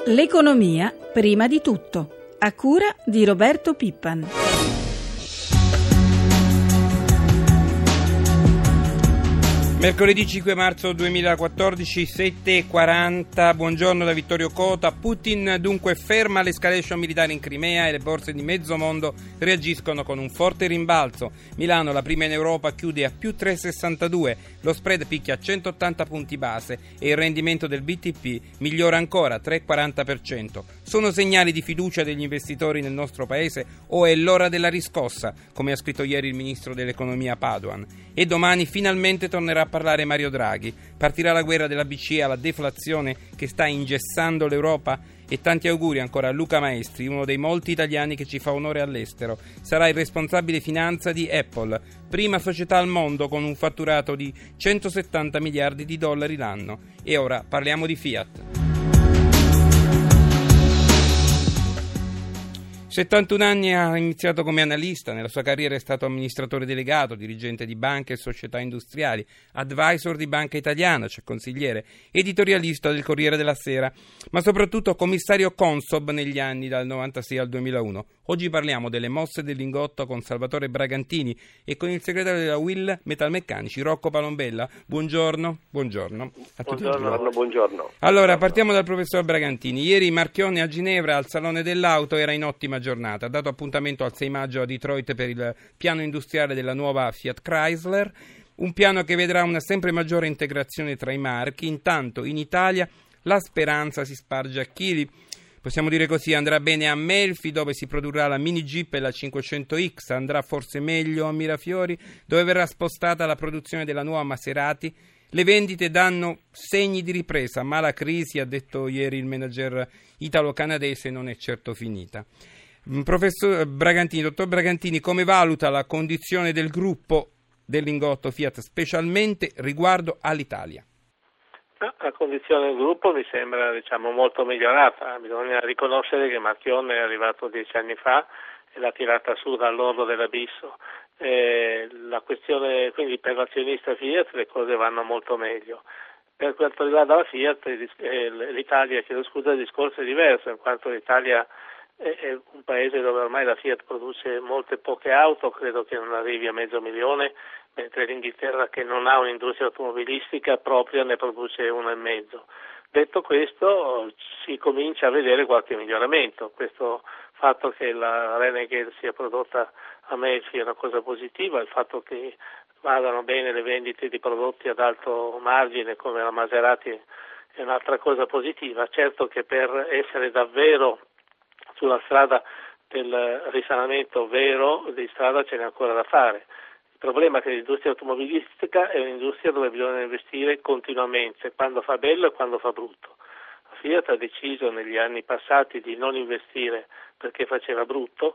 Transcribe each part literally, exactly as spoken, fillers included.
L'economia prima di tutto, a cura di Roberto Pippan. Mercoledì cinque marzo duemilaquattordici, sette e quaranta. Buongiorno da Vittorio Cota. Putin dunque ferma l'escalation militare in Crimea e le borse di mezzo mondo reagiscono con un forte rimbalzo. Milano, la prima in Europa, chiude a più tre virgola sessantadue, lo spread picchia a centottanta punti base e il rendimento del B T P migliora ancora, tre virgola quaranta per cento. Sono segnali di fiducia degli investitori nel nostro paese o è l'ora della riscossa, come ha scritto ieri il ministro dell'economia Padoan? E domani finalmente tornerà a parlare Mario Draghi. Partirà la guerra della B C E alla deflazione che sta ingessando l'Europa? E tanti auguri ancora a Luca Maestri, uno dei molti italiani che ci fa onore all'estero. Sarà il responsabile finanza di Apple, prima società al mondo con un fatturato di centosettanta miliardi di dollari l'anno. E ora parliamo di Fiat. settantuno anni, ha iniziato come analista, nella sua carriera è stato amministratore delegato, dirigente di banche e società industriali, advisor di Banca Italiana, cioè consigliere, editorialista del Corriere della Sera, ma soprattutto commissario Consob negli anni dal novantasei al duemilauno. Oggi parliamo delle mosse del lingotto con Salvatore Bragantini e con il segretario della U I L Metalmeccanici, Rocco Palombella. Buongiorno. Buongiorno. A tutti. Buongiorno, buongiorno. Allora, partiamo dal professor Bragantini. Ieri Marchionne a Ginevra al Salone dell'Auto era in ottima giornata. Ha dato appuntamento al sei maggio a Detroit per il piano industriale della nuova Fiat Chrysler, un piano che vedrà una sempre maggiore integrazione tra i marchi. Intanto in Italia la speranza si sparge a chili. Possiamo dire così, andrà bene a Melfi, dove si produrrà la mini Jeep e la cinquecento X, andrà forse meglio a Mirafiori, dove verrà spostata la produzione della nuova Maserati. Le vendite danno segni di ripresa, ma la crisi, ha detto ieri il manager italo-canadese, non è certo finita. Professor Bragantini, dottor Bragantini, come valuta la condizione del gruppo del lingotto Fiat, specialmente riguardo all'Italia? La condizione del gruppo mi sembra diciamo molto migliorata. Bisogna riconoscere che Marchionne è arrivato dieci anni fa e l'ha tirata su dall'orlo dell'abisso. Eh, la questione, quindi per l'azionista Fiat le cose vanno molto meglio. Per quanto riguarda la Fiat, eh, l'Italia, chiedo scusa, il discorso è diverso, in quanto l'Italia è un paese dove ormai la Fiat produce molte poche auto, credo che non arrivi a mezzo milione, mentre l'Inghilterra, che non ha un'industria automobilistica propria, ne produce uno e mezzo. Detto questo, si comincia a vedere qualche miglioramento. Questo fatto che la Renegade sia prodotta a Melfi è una cosa positiva, il fatto che vadano bene le vendite di prodotti ad alto margine come la Maserati è un'altra cosa positiva. Certo che per essere davvero sulla strada del risanamento vero di strada ce n'è ancora da fare. Il problema è che l'industria automobilistica è un'industria dove bisogna investire continuamente, quando fa bello e quando fa brutto. La Fiat ha deciso negli anni passati di non investire perché faceva brutto,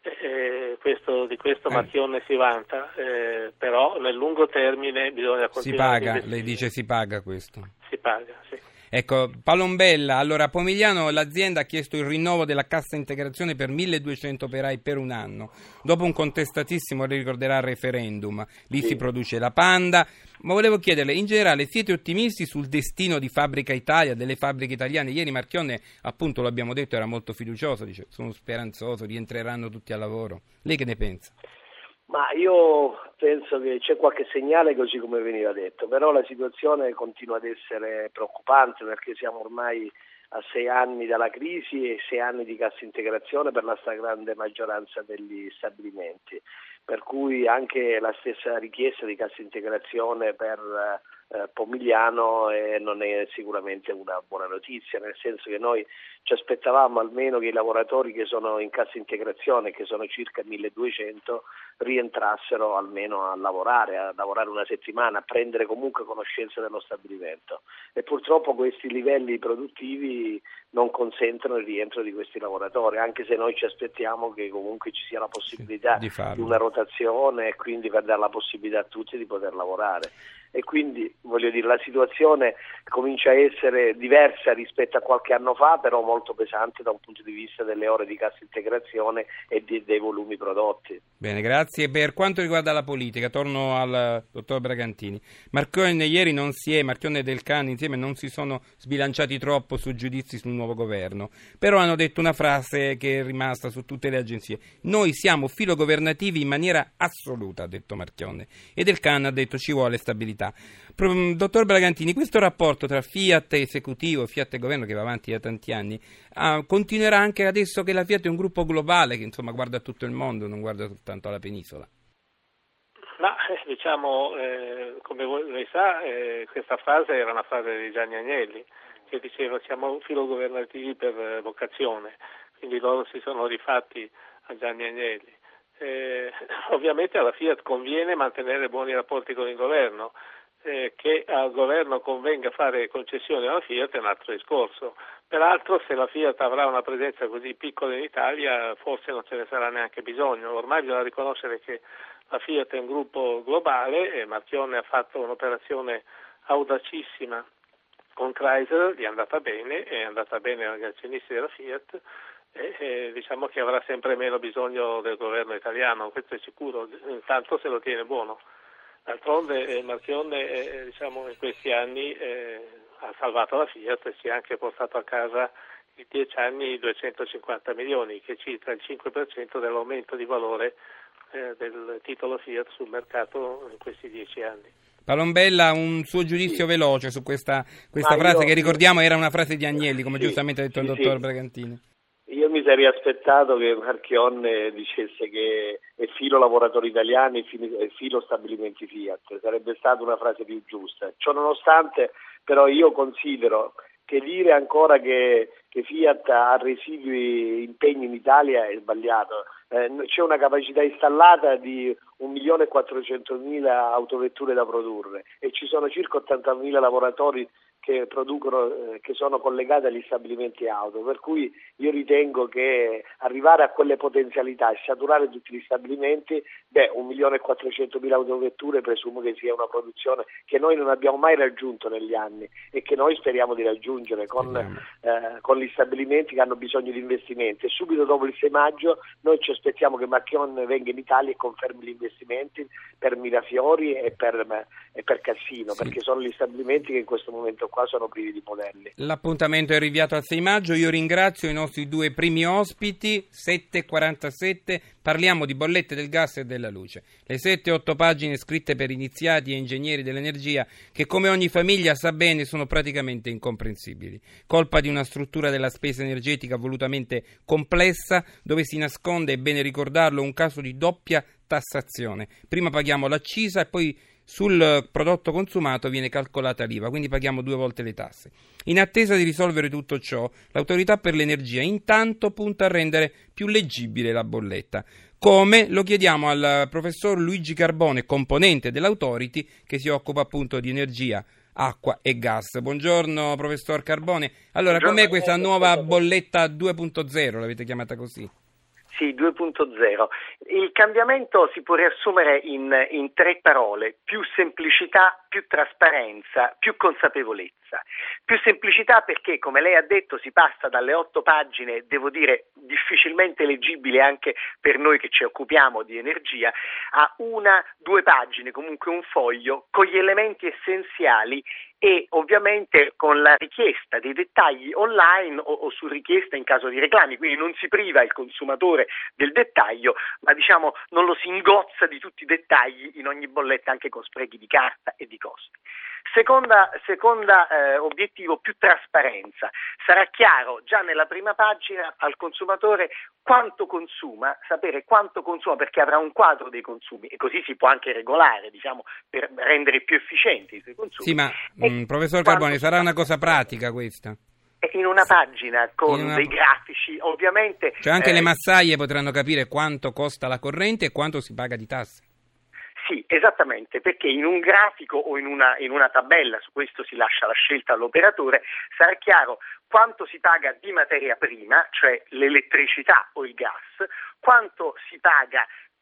eh, questo, di questo eh. Marchionne si vanta, eh, però nel lungo termine bisogna continuare si paga, a investire. Lei dice si paga questo? Si paga, sì. Ecco, Palombella, allora a Pomigliano l'azienda ha chiesto il rinnovo della cassa integrazione per milleduecento operai per un anno, dopo un contestatissimo, lei ricorderà, referendum. Lì sì. Si produce la Panda, ma volevo chiederle, in generale siete ottimisti sul destino di Fabbrica Italia, delle fabbriche italiane? Ieri Marchionne, appunto, lo abbiamo detto, era molto fiducioso, dice sono speranzoso, rientreranno tutti al lavoro. Lei che ne pensa? Ma io penso che c'è qualche segnale, così come veniva detto, però la situazione continua ad essere preoccupante perché siamo ormai a sei anni dalla crisi e sei anni di cassa integrazione per la stragrande maggioranza degli stabilimenti, per cui anche la stessa richiesta di cassa integrazione per eh, Pomigliano eh, non è sicuramente una buona notizia, nel senso che noi ci aspettavamo almeno che i lavoratori che sono in cassa integrazione, che sono circa milleduecento, rientrassero almeno a lavorare, a lavorare una settimana, a prendere comunque conoscenza dello stabilimento. E purtroppo questi livelli produttivi non consentono il rientro di questi lavoratori, anche se noi ci aspettiamo che comunque ci sia la possibilità sì, di, di una rotazione e quindi per dare la possibilità a tutti di poter lavorare. e quindi voglio dire la situazione comincia a essere diversa rispetto a qualche anno fa, però molto pesante da un punto di vista delle ore di cassa integrazione e di, dei volumi prodotti. Bene, grazie. Per quanto riguarda la politica, torno al dottor Bragantini. Marchionne ieri non si è, Marchionne e Del Can insieme non si sono sbilanciati troppo su giudizi sul nuovo governo, però hanno detto una frase che è rimasta su tutte le agenzie: noi siamo filogovernativi in maniera assoluta, ha detto Marchionne, e Del Can ha detto ci vuole stabilità. Pro, dottor Bragantini, questo rapporto tra Fiat esecutivo e Fiat governo, che va avanti da tanti anni, ah, continuerà anche adesso che la Fiat è un gruppo globale che insomma guarda tutto il mondo, non guarda soltanto alla penisola? Ma diciamo, eh, come lei sa, eh, questa frase era una frase di Gianni Agnelli, che diceva siamo filogovernativi per eh, vocazione, quindi loro si sono rifatti a Gianni Agnelli. Eh, ovviamente alla Fiat conviene mantenere buoni rapporti con il governo, eh, che al governo convenga fare concessioni alla Fiat è un altro discorso. Peraltro se la Fiat avrà una presenza così piccola in Italia forse non ce ne sarà neanche bisogno, ormai bisogna riconoscere che la Fiat è un gruppo globale e Marchionne ha fatto un'operazione audacissima con Chrysler, gli è andata bene, è andata bene agli azionisti della Fiat e, e diciamo che avrà sempre meno bisogno del governo italiano, questo è sicuro, intanto se lo tiene buono. D'altronde eh, Marchionne eh, diciamo, in questi anni eh, ha salvato la Fiat e si è anche portato a casa in dieci anni duecentocinquanta milioni, che è circa il cinque per cento dell'aumento di valore eh, del titolo Fiat sul mercato in questi dieci anni. Palombella, un suo giudizio sì. veloce su questa, questa Ma frase io, che ricordiamo era una frase di Agnelli, come sì, giustamente ha detto sì, il dottor sì. Bragantini. Io mi sarei aspettato che Marchionne dicesse che è filo lavoratori italiani e filo stabilimenti Fiat, sarebbe stata una frase più giusta. Ciò nonostante, però, io considero che dire ancora che, che Fiat ha residui impegni in Italia è sbagliato. Eh, c'è una capacità installata di un milione e quattrocentomila autovetture da produrre e ci sono circa ottantamila lavoratori che producono, eh, che sono collegati agli stabilimenti auto, per cui io ritengo che arrivare a quelle potenzialità e saturare tutti gli stabilimenti, beh, un milione e quattrocentomila autovetture presumo che sia una produzione che noi non abbiamo mai raggiunto negli anni e che noi speriamo di raggiungere con, eh, con gli stabilimenti che hanno bisogno di investimenti. E subito dopo il sei maggio noi ci aspettiamo che Marchionne venga in Italia e confermi gli investimenti per Mirafiori e per, e per Cassino, sì. perché sono gli stabilimenti che in questo momento qua sono privi di modelli. L'appuntamento è rinviato al sei maggio. Io ringrazio i nostri due primi ospiti. Sette e quarantasette, parliamo di bollette del gas e della luce, le sette otto pagine scritte per iniziati e ingegneri dell'energia che, come ogni famiglia sa bene, sono praticamente incomprensibili, colpa di una struttura della spesa energetica volutamente complessa, dove si nasconde, è bene ricordarlo, un caso di doppia tassazione. Prima paghiamo l'accisa e poi sul prodotto consumato viene calcolata l'I V A, quindi paghiamo due volte le tasse. In attesa di risolvere tutto ciò, l'Autorità per l'Energia intanto punta a rendere più leggibile la bolletta. Come? Lo chiediamo al professor Luigi Carbone, componente dell'Authority, che si occupa appunto di energia, acqua e gas. Buongiorno professor Carbone. Allora, Buongiorno. Com'è questa nuova bolletta due punto zero, l'avete chiamata così? Sì, due punto zero. Il cambiamento si può riassumere in, in tre parole: più semplicità, più trasparenza, più consapevolezza. Più semplicità perché, come lei ha detto, si passa dalle otto pagine, devo dire difficilmente leggibili anche per noi che ci occupiamo di energia, a una, due pagine, comunque un foglio, con gli elementi essenziali e ovviamente con la richiesta dei dettagli online o, o su richiesta in caso di reclami, quindi non si priva il consumatore del dettaglio, ma diciamo non lo si ingozza di tutti i dettagli in ogni bolletta, anche con sprechi di carta e di costi. Seconda, seconda eh, obiettivo, più trasparenza. Sarà chiaro già nella prima pagina al consumatore quanto consuma, sapere quanto consuma, perché avrà un quadro dei consumi e così si può anche regolare, diciamo, per rendere più efficienti i suoi consumi. Sì, ma mh, professor Carbone, sarà una cosa pratica questa? In una pagina con una... dei grafici, ovviamente. Cioè anche eh, le massaie potranno capire quanto costa la corrente e quanto si paga di tasse. Sì, esattamente, perché in un grafico o in una, in una tabella, su questo si lascia la scelta all'operatore, sarà chiaro quanto si paga di materia prima, cioè l'elettricità o il gas, quanto si paga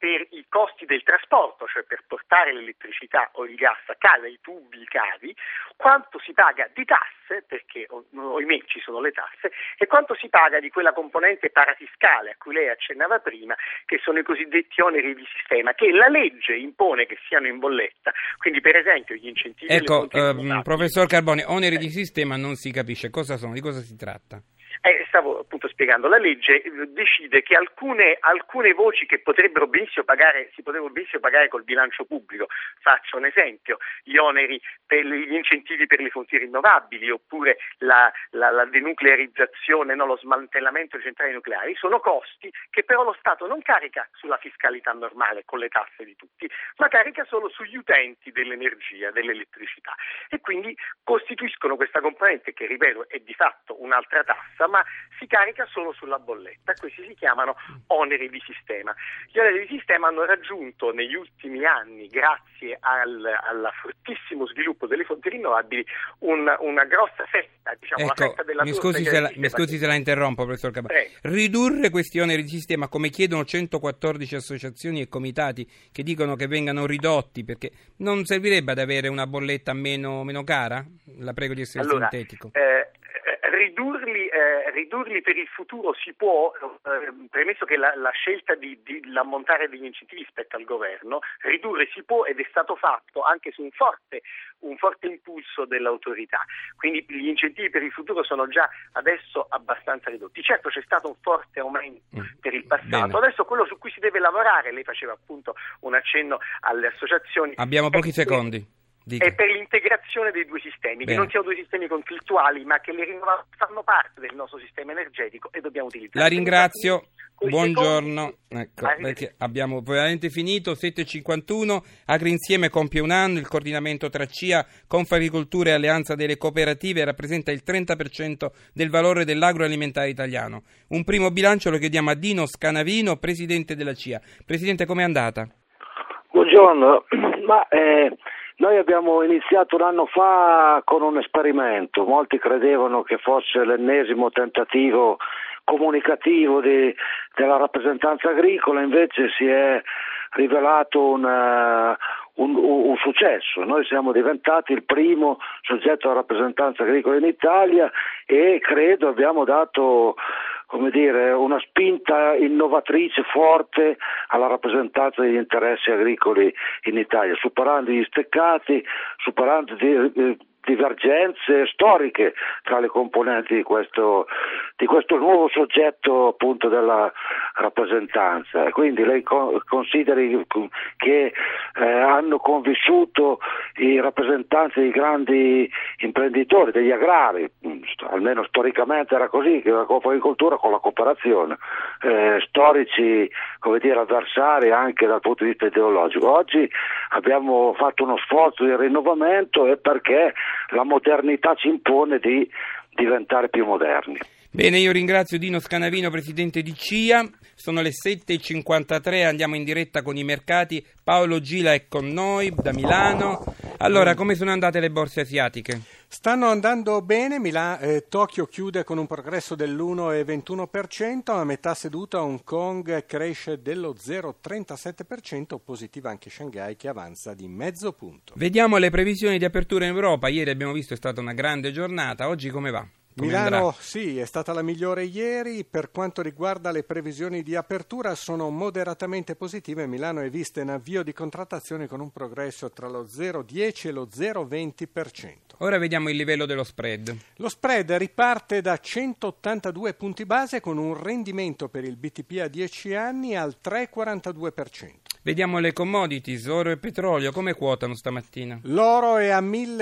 per i costi del trasporto, cioè per portare l'elettricità o il gas a casa, i tubi, i cavi, quanto si paga di tasse, perché ohimè ci sono le tasse, e quanto si paga di quella componente parafiscale a cui lei accennava prima, che sono i cosiddetti oneri di sistema, che la legge impone che siano in bolletta. Quindi per esempio gli incentivi... Ecco, eh, professor Carboni, oneri di sistema non si capisce cosa sono, di cosa si tratta? Eh, stavo appunto spiegando, la legge decide che alcune, alcune voci che potrebbero benissimo pagare, si potrebbero benissimo pagare col bilancio pubblico, faccio un esempio, gli oneri per gli incentivi per le fonti rinnovabili oppure la, la, la denuclearizzazione, no, lo smantellamento delle centrali nucleari, sono costi che però lo Stato non carica sulla fiscalità normale con le tasse di tutti, ma carica solo sugli utenti dell'energia, dell'elettricità, e quindi costituiscono questa componente che, ripeto, è di fatto un'altra tassa, ma si carica solo sulla bolletta. Questi si chiamano oneri di sistema. Gli oneri di sistema hanno raggiunto negli ultimi anni, grazie al, al fortissimo sviluppo delle fonti rinnovabili, un, una grossa fetta, diciamo, ecco, la fetta della mi scusi, se la, mi scusi se la interrompo, professor Carboni. Ridurre questi oneri di sistema, come chiedono centoquattordici associazioni e comitati che dicono che vengano ridotti, perché non servirebbe ad avere una bolletta meno, meno cara? La prego di essere allora, sintetico. Eh, Ridurli, eh, ridurli per il futuro si può, eh, premesso che la, la scelta di, di l'ammontare degli incentivi spetta al governo, ridurre si può ed è stato fatto anche su un forte, un forte impulso dell'autorità. Quindi gli incentivi per il futuro sono già adesso abbastanza ridotti. Certo c'è stato un forte aumento mm. per il passato, Bene. Adesso quello su cui si deve lavorare, lei faceva appunto un accenno alle associazioni. Abbiamo pochi secondi. Dica. È per l'integrazione dei due sistemi, Bene. Che non siano due sistemi conflittuali, ma che le rinnovabili fanno parte del nostro sistema energetico e dobbiamo utilizzarli. La ringrazio, buongiorno. Ecco, perché abbiamo veramente finito. sette e cinquantuno, Agrinsieme compie un anno, il coordinamento tra C I A, Confagricoltura e Alleanza delle Cooperative rappresenta il trenta per cento del valore dell'agroalimentare italiano. Un primo bilancio lo chiediamo a Dino Scanavino, presidente della C I A. Presidente, com'è andata? Buongiorno, ma... Eh... Noi abbiamo iniziato un anno fa con un esperimento, molti credevano che fosse l'ennesimo tentativo comunicativo di, della rappresentanza agricola, invece si è rivelato una, un, un successo. Noi siamo diventati il primo soggetto alla rappresentanza agricola in Italia e credo abbiamo dato, come dire, una spinta innovatrice forte alla rappresentanza degli interessi agricoli in Italia, superando gli steccati, superando di, di, divergenze storiche tra le componenti di questo, di questo nuovo soggetto appunto della rappresentanza. Quindi lei consideri che eh, hanno convissuto i rappresentanti dei grandi imprenditori, degli agrari, almeno storicamente era così, che la Confagricoltura con la cooperazione, eh, storici, come dire, avversari anche dal punto di vista ideologico. Oggi abbiamo fatto uno sforzo di rinnovamento e perché la modernità ci impone di diventare più moderni. Bene, io ringrazio Dino Scanavino, presidente di C I A. Sono le sette e cinquantatré, andiamo in diretta con i mercati. Paolo Gila è con noi da Milano. Allora, come sono andate le borse asiatiche? Stanno andando bene, Milano, eh, Tokyo chiude con un progresso dell'uno virgola ventuno per cento, a metà seduta Hong Kong cresce dello zero virgola trentasette per cento, positiva anche Shanghai che avanza di mezzo punto. Vediamo le previsioni di apertura in Europa. Ieri abbiamo visto è stata una grande giornata, oggi come va? Come Milano andrà? Sì, è stata la migliore ieri. Per quanto riguarda le previsioni di apertura sono moderatamente positive. Milano è vista in avvio di contrattazione con un progresso tra lo zero virgola dieci e lo zero virgola venti per cento. Ora vediamo il livello dello spread. Lo spread riparte da centottantadue punti base con un rendimento per il B T P a dieci anni al tre virgola quarantadue per cento. Vediamo le commodities, oro e petrolio, come quotano stamattina? L'oro è a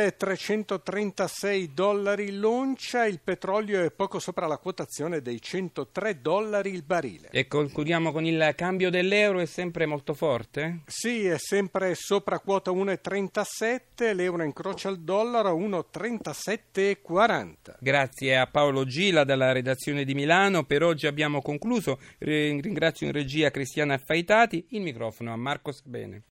milletrecentotrentasei dollari l'oncia, il petrolio è poco sopra la quotazione dei centotré dollari il barile. E concludiamo con il cambio dell'euro, è sempre molto forte? Sì, è sempre sopra quota uno virgola trentasette, l'euro incrocia il dollaro a uno virgola trentasette quaranta. Grazie a Paolo Gila dalla redazione di Milano, per oggi abbiamo concluso. Ringrazio in regia Cristiana Affaitati, il microfono a Marco Sabene.